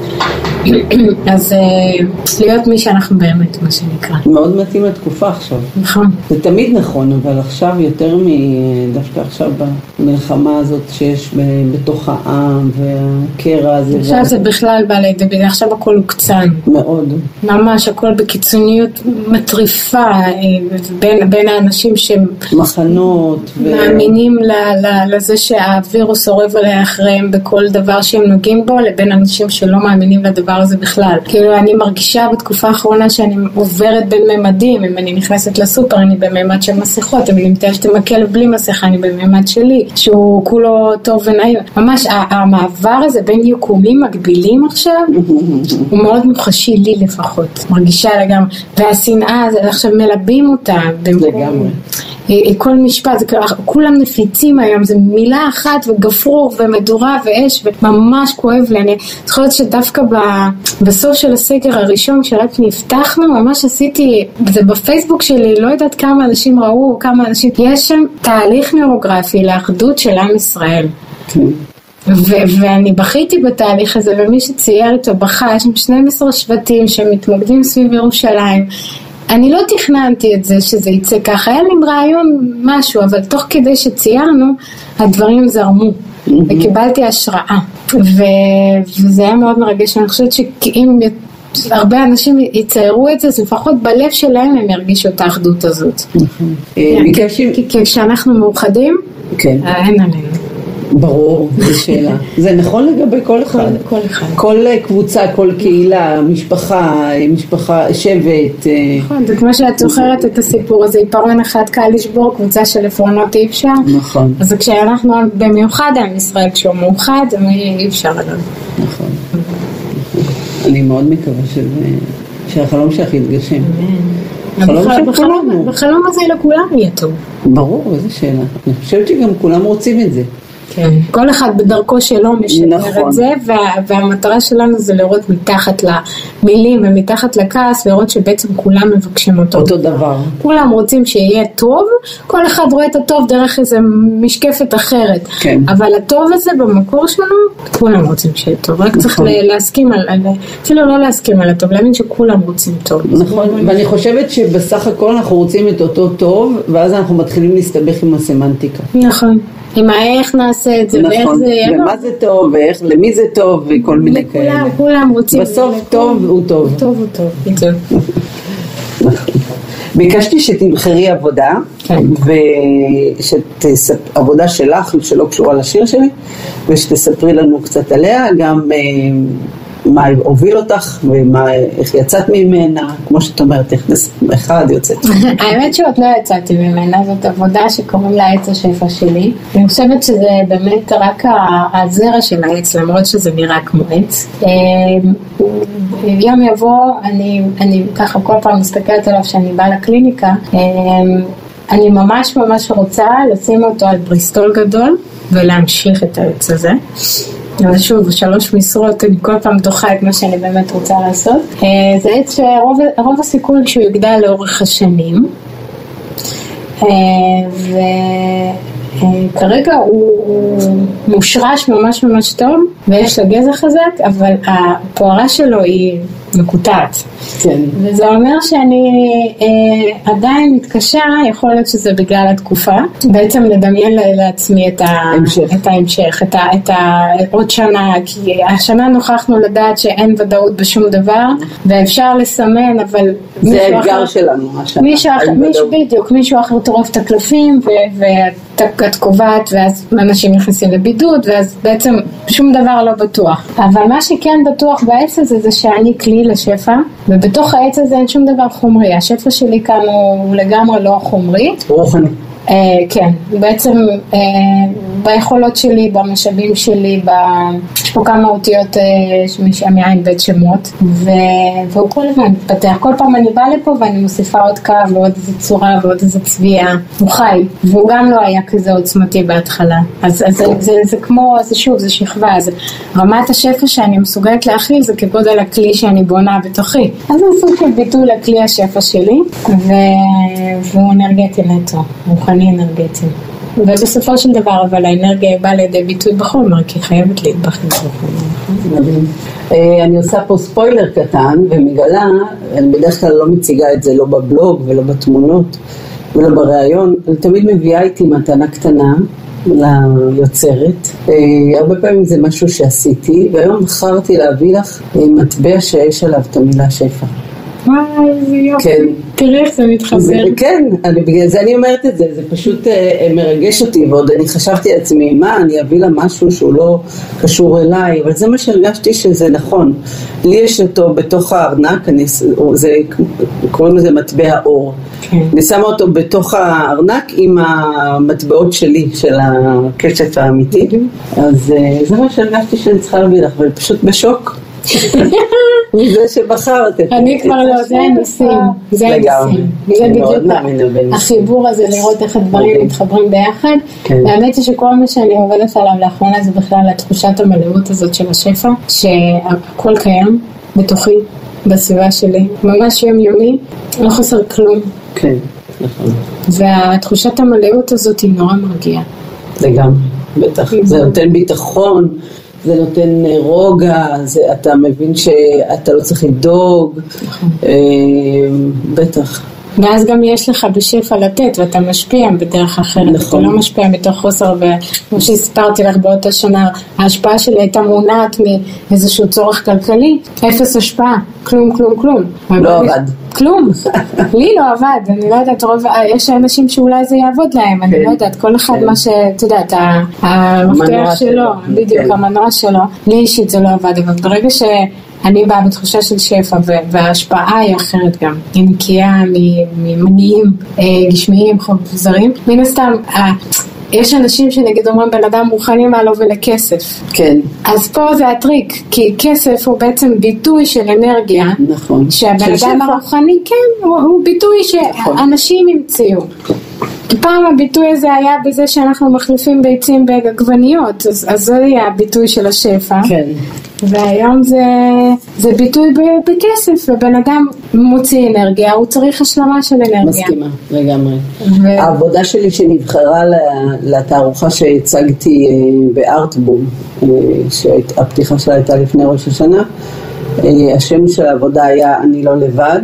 אז להיות מי שאנחנו באמת, מה שנקרא. מאוד מתאים לתקופה עכשיו. נכון. זה תמיד נכון, אבל עכשיו יותר מדווקא עכשיו במלחמה הזאת שיש בתוך העם והקרע הזה. עכשיו זה בכלל בא לידי בידי, עכשיו הכל הוקצן. מאוד. ממש, הכל בקיצוניות מטריפה בין, בין האנשים שהם מחנות מאמינים לזה שהווירוס עורב עליה אחריהם בכל דבר שהם נוגעים בו, לבין אנשים שלא מאמינים לדבר הזה בכלל. כאילו אני מרגישה בתקופה האחרונה שאני עוברת בין ממדים. אם אני נכנסת לסופר אני בממד של מסכות, אם אני מטיישת עם הכלב בלי מסכה אני בממד שלי, שהוא כולו טוב ונעים. ממש המעבר הזה בין יקומים מקבילים עכשיו הוא מאוד מוחשי לי לפחות, מרגישה לגמרי. והשנאה עכשיו מלבים אותה לגמרי. כל משפט, כולם נפיצים היום, זה מילה אחת וגפרור ומדורה ואש, וממש כואב לי. אני זוכרת שדווקא בסוף של הסגר הראשון, כשרק נפתחנו, ממש עשיתי, זה בפייסבוק שלי, לא יודעת כמה אנשים ראו, כמה אנשים, יש שם תהליך נוירוגרפי לאחדות של עם ישראל. ו- ואני בכיתי בתהליך הזה, ומי שצייר איתו בכה, יש שם שנים עשר שבטים שמתמקדים סביב ירושלים. אני לא תכננתי את זה שזה יצא ככה, היה לי רעיון משהו, אבל תוך כדי שציירנו, הדברים זרמו, וקיבלתי השראה, ו- וזה היה מאוד מרגש. אני חושבת שאם הרבה אנשים יציירו את זה, אז לפחות בלב שלהם הם ירגישו את האחדות הזאת. כי כשאנחנו מאוחדים, אין עלינו. ברור, זו שאלה. זה נכון לגבי כל אחד. כל אחד. כל קבוצה, כל קהילה, משפחה, משפחה, שבט. נכון, זה כמו שאת זוכרת את הסיפור הזה, עיפרון אחד קל לשבור, קבוצה של עפרונות אי אפשר. נכון. אז כשאנחנו במיוחד עם ישראל, כשהוא מאוחד, אי אפשר עליו. נכון. אני מאוד מקווה שהחלום שלך יתגשם. החלום של כולנו. בחלום הזה לכולם יהיה טוב. ברור, איזו שאלה. אני חושבת שגם כולם רוצים את זה. כן. כל אחד בדרכו שלו משמר את זה, וה, והמטרה שלנו זה לראות מתחת למילים ומתחת לכעס, לראות שבעצם כולם מבקשים אותו. אותו דבר. כולם רוצים שיהיה טוב, כל אחד רואה את הטוב דרך איזו משקפת אחרת. כן. אבל הטוב הזה במקור שלנו, כולם רוצים שיהיה טוב. רק צריך להסכים על, אפילו לא להסכים על הטוב, להאמין שכולם רוצים טוב. נכון, ואני חושבת שבסך הכל אנחנו רוצים את אותו טוב, ואז אנחנו מתחילים להסתבך עם הסמנטיקה. נכון. עם איך נעשה את זה, נכון, ואיך זה... ומה זה טוב, ואיך, למי זה טוב, וכל מיני כאלה. לכולם, כולם רוצים... בסוף טוב הוא טוב. טוב הוא טוב. ביקשתי שתבחרי עבודה, עבודה שלך, שלא קשורה לשיר שלי, ושתספרי לנו קצת עליה, גם מה הוביל אותך, ואיך יצאת ממנה, כמו שאת אומרת, איך אחד יוצאת. האמת שעוד לא יצאתי ממנה, זאת עבודה שקוראים לה עץ השפע שלי. אני חושבת שזה באמת רק הזרע של העץ, למרות שזה נראה כמו עץ. יום יבוא, אני, אני ככה כל פעם מסתכלת עליו שאני באה לקליניקה, אני ממש ממש רוצה לשים אותו על בריסטול גדול, ולהמשיך את העץ הזה. אבל שוב, שלוש משרות, אני כל פעם דוחה את מה שאני באמת רוצה לעשות. זה עץ שרוב הסיכוי כשהוא יגדל לאורך השנים. וכרגע הוא מושרש ממש ממש טוב, ויש לה גזע חזק, אבל הפוערה שלו היא מקוטעת. כן. וזה אומר שאני אה, עדיין מתקשה, יכול להיות שזה בגלל התקופה, בעצם לדמיין לעצמי את, ההמשך. את ההמשך, את, ה, את ה, עוד שנה, כי השנה נוכחנו לדעת שאין ודאות בשום דבר, ואפשר לסמן, אבל זה האתגר שלנו, השנה. מישהו אחר, מישהו, בדיוק, מישהו אחר טורף את הקלפים, ואת קובעת, ואז אנשים נכנסים לבידוד, ואז בעצם שום דבר לא בטוח. אבל מה שכן בטוח בעץ הזה, זה שאני כלי לשפע, ובתוך העץ הזה אין שום דבר חומרי. השפע שלי כאן הוא לגמרי לא חומרי. רוחני. Uh, כן, בעצם uh, ביכולות שלי, במשאבים שלי, ב... יש פה כמה אותיות uh, מעין בית שמות, ו... והוא כל הזמן מתפתח. כל פעם אני באה לפה ואני מוסיפה עוד קו ועוד איזה צורה ועוד איזה צביעה. הוא חי, והוא גם לא היה כזה עוצמתי בהתחלה. אז, אז זה, זה, זה כמו, זה שוב, זה שכבה. אז רמת השפע שאני מסוגלת להכיל זה כגודל הכלי שאני בונה בתוכי. אז זה סוג של ביטוי לכלי השפע שלי, ו... והוא אנרגטי נטו, מוכן אנרגטי. ובסופו של דבר, אבל האנרגיה באה לידי ביטוי בחומר, כי חייבת להתבחן בחומר. אני עושה פה ספוילר קטן, ומגלה, אני בדרך כלל לא מציגה את זה לא בבלוג ולא בתמונות ולא בראיון, אני תמיד מביאה איתי מתנה קטנה ליוצרת. הרבה פעמים זה משהו שעשיתי, והיום בחרתי להביא לך מטבע שיש עליו את המילה שפע. וואי, זה יופי. כן. תראה איך זה מתחבר. זה, כן, אני, בגלל זה אני אומרת את זה, זה פשוט אה, מרגש אותי, ועוד אני חשבתי לעצמי, מה, אני אביא לה משהו שהוא לא קשור אליי, אבל זה מה שהרגשתי שזה נכון. לי יש אותו בתוך הארנק, אני, זה, קוראים לזה מטבע אור. כן. אני שמה אותו בתוך הארנק עם המטבעות שלי, של הקשת האמיתית, אז אה, זה מה שהרגשתי שאני צריכה להביא לך, אבל פשוט בשוק. מזה שבחרת. אני כבר לא, זה הניסים, זה הניסים. זה בדיוק החיבור הזה, לראות איך הדברים מתחברים ביחד. והאמת היא שכל מה שאני עובדת עליו לאחרונה זה בכלל התחושת המלאות הזאת של השפע, שהכל קיים בתוכי, בסביבה שלי, ממש יומיומי, לא חסר כלום. כן, נכון. והתחושת המלאות הזאת היא נורא מרגיעה. זה גם, בטח, זה נותן ביטחון, זה נותן רוגע, זה, אתה מבין שאתה לא צריך לדאוג, בטח. ואז גם יש לך בשפע לתת, ואתה משפיע בדרך אחרת, נכון. אתה לא משפיע מתוך חוסר, וכמו שהספרתי לך באותה שנה, ההשפעה שלי הייתה מונעת מאיזשהו צורך כלכלי, אפס השפעה, כלום, כלום, כלום. לא עבד. כלום, לי לא עבד, אני לא יודעת, רוב, יש אנשים שאולי זה יעבוד להם, אני לא יודעת, כל אחד מה שאת יודעת, המפתח שלו, בדיוק, המנוע שלו, לי אישית זה לא עבד, אבל ברגע ש... אני באה בתחושה של שפע, וההשפעה היא אחרת גם. היא נקייה ממניעים גשמיים, חוזרים. מן הסתם, יש אנשים שנגיד אומרים, בן אדם מוכנים מה לו ולכסף. כן. אז פה זה הטריק, כי כסף הוא בעצם ביטוי של אנרגיה. נכון. שהבן אדם הרוחני, כן, הוא ביטוי שאנשים המציאו. פעם הביטוי הזה היה בזה שאנחנו מחליפים ביצים בעגבניות, אז, אז זה היה הביטוי של השפע. כן. והיום זה, זה ביטוי בכסף, ובן אדם מוציא אנרגיה, הוא צריך השלמה של אנרגיה. מסכימה, לגמרי. ו... העבודה שלי שנבחרה לתערוכה שהצגתי בארטבום, שהפתיחה שלה הייתה לפני ראש השנה, השם של העבודה היה אני לא לבד,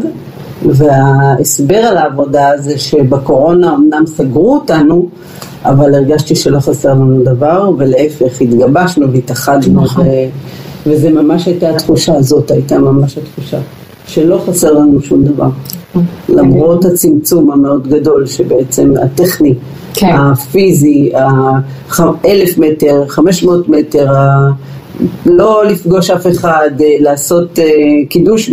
וההסבר על העבודה זה שבקורונה אמנם סגרו אותנו, אבל הרגשתי שלא חסר לנו דבר, ולהפך התגבשנו והתאחדנו, ו... וזה ממש הייתה התחושה הזאת, הייתה ממש התחושה שלא חסר לנו שום דבר, למרות הצמצום המאוד גדול שבעצם הטכני, הפיזי, אלף מטר, חמש מאות מטר, לא לפגוש אף אחד, לעשות קידוש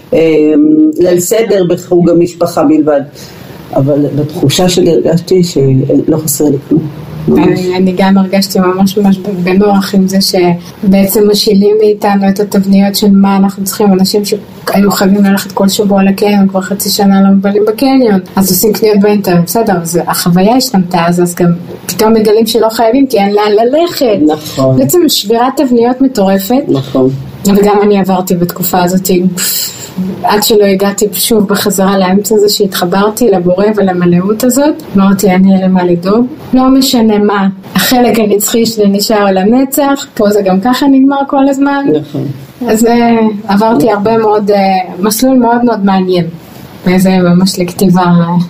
ליל סדר בחוג המשפחה בלבד, אבל בתחושה שלי הרגשתי שלא חסר לי כלום. אני, אני גם הרגשתי ממש ממש בנוח עם זה שבעצם משילים מאיתנו את התבניות של מה אנחנו צריכים, אנשים שהיו חייבים ללכת כל שבוע לקניון, כבר חצי שנה לא מבלים בקניון, אז עושים קניות באינטרנט, בסדר, אז החוויה השתנתה, אז, אז גם פתאום מגלים שלא חייבים כי אין לאן ללכת. נכון. בעצם שבירת תבניות מטורפת. נכון. וגם אני עברתי בתקופה הזאת, עד שלא הגעתי שוב בחזרה לאמצע הזה שהתחברתי לבורא ולמלאות הזאת, אמרתי אני אין למה לדאוג, לא משנה מה, החלק הנצחי שלי נשאר על הנצח, פה זה גם ככה נגמר כל הזמן. נכון. אז עברתי הרבה מאוד, מסלול מאוד מאוד מעניין, וזה ממש לכתיבה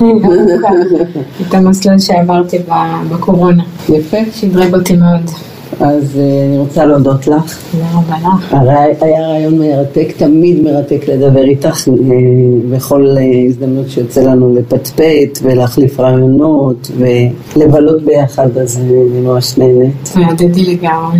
את המסלול שעברתי בקורונה. יפה. שדרג אותי מאוד. אז אני רוצה להודות לך. תודה רבה לך. היה רעיון מרתק, תמיד מרתק לדבר איתך בכל הזדמנות שיוצא לנו לפטפט ולהחליף רעיונות ולבלות ביחד, אז אני ממש נהנית. ועדדי לגמרי.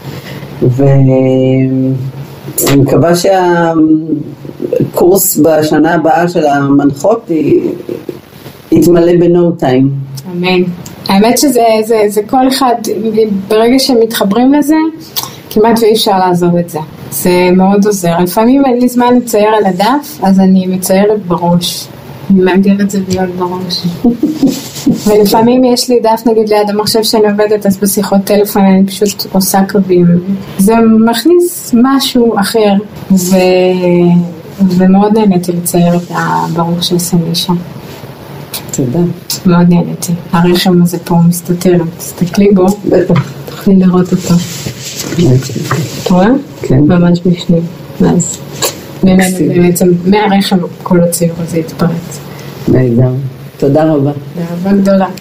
ואני מקווה שהקורס בשנה הבאה של המנחות יתמלא בנו טיים. אמן. האמת שזה זה, זה כל אחד, ברגע שמתחברים לזה, כמעט ואי אפשר לעזוב את זה. זה מאוד עוזר. לפעמים אין לי זמן לצייר על הדף, אז אני מציירת בראש. אני מעגל את זה ביד בראש. ולפעמים יש לי דף נגיד ליד המחשב שאני עובדת, אז בשיחות טלפון אני פשוט עושה קווים. זה מכניס משהו אחר, ו... ומאוד נהניתי לצייר את הברוך של סנישה. תודה. מאוד נהניתי. הרחם הזה פה מסתתר, תסתכלי בו, תוכלי לראות אותו. את רואה? כן. ממש בפנים. אז בעצם מהרחם כל הציור הזה התפרץ. נהדר. תודה רבה. תודה רבה גדולה.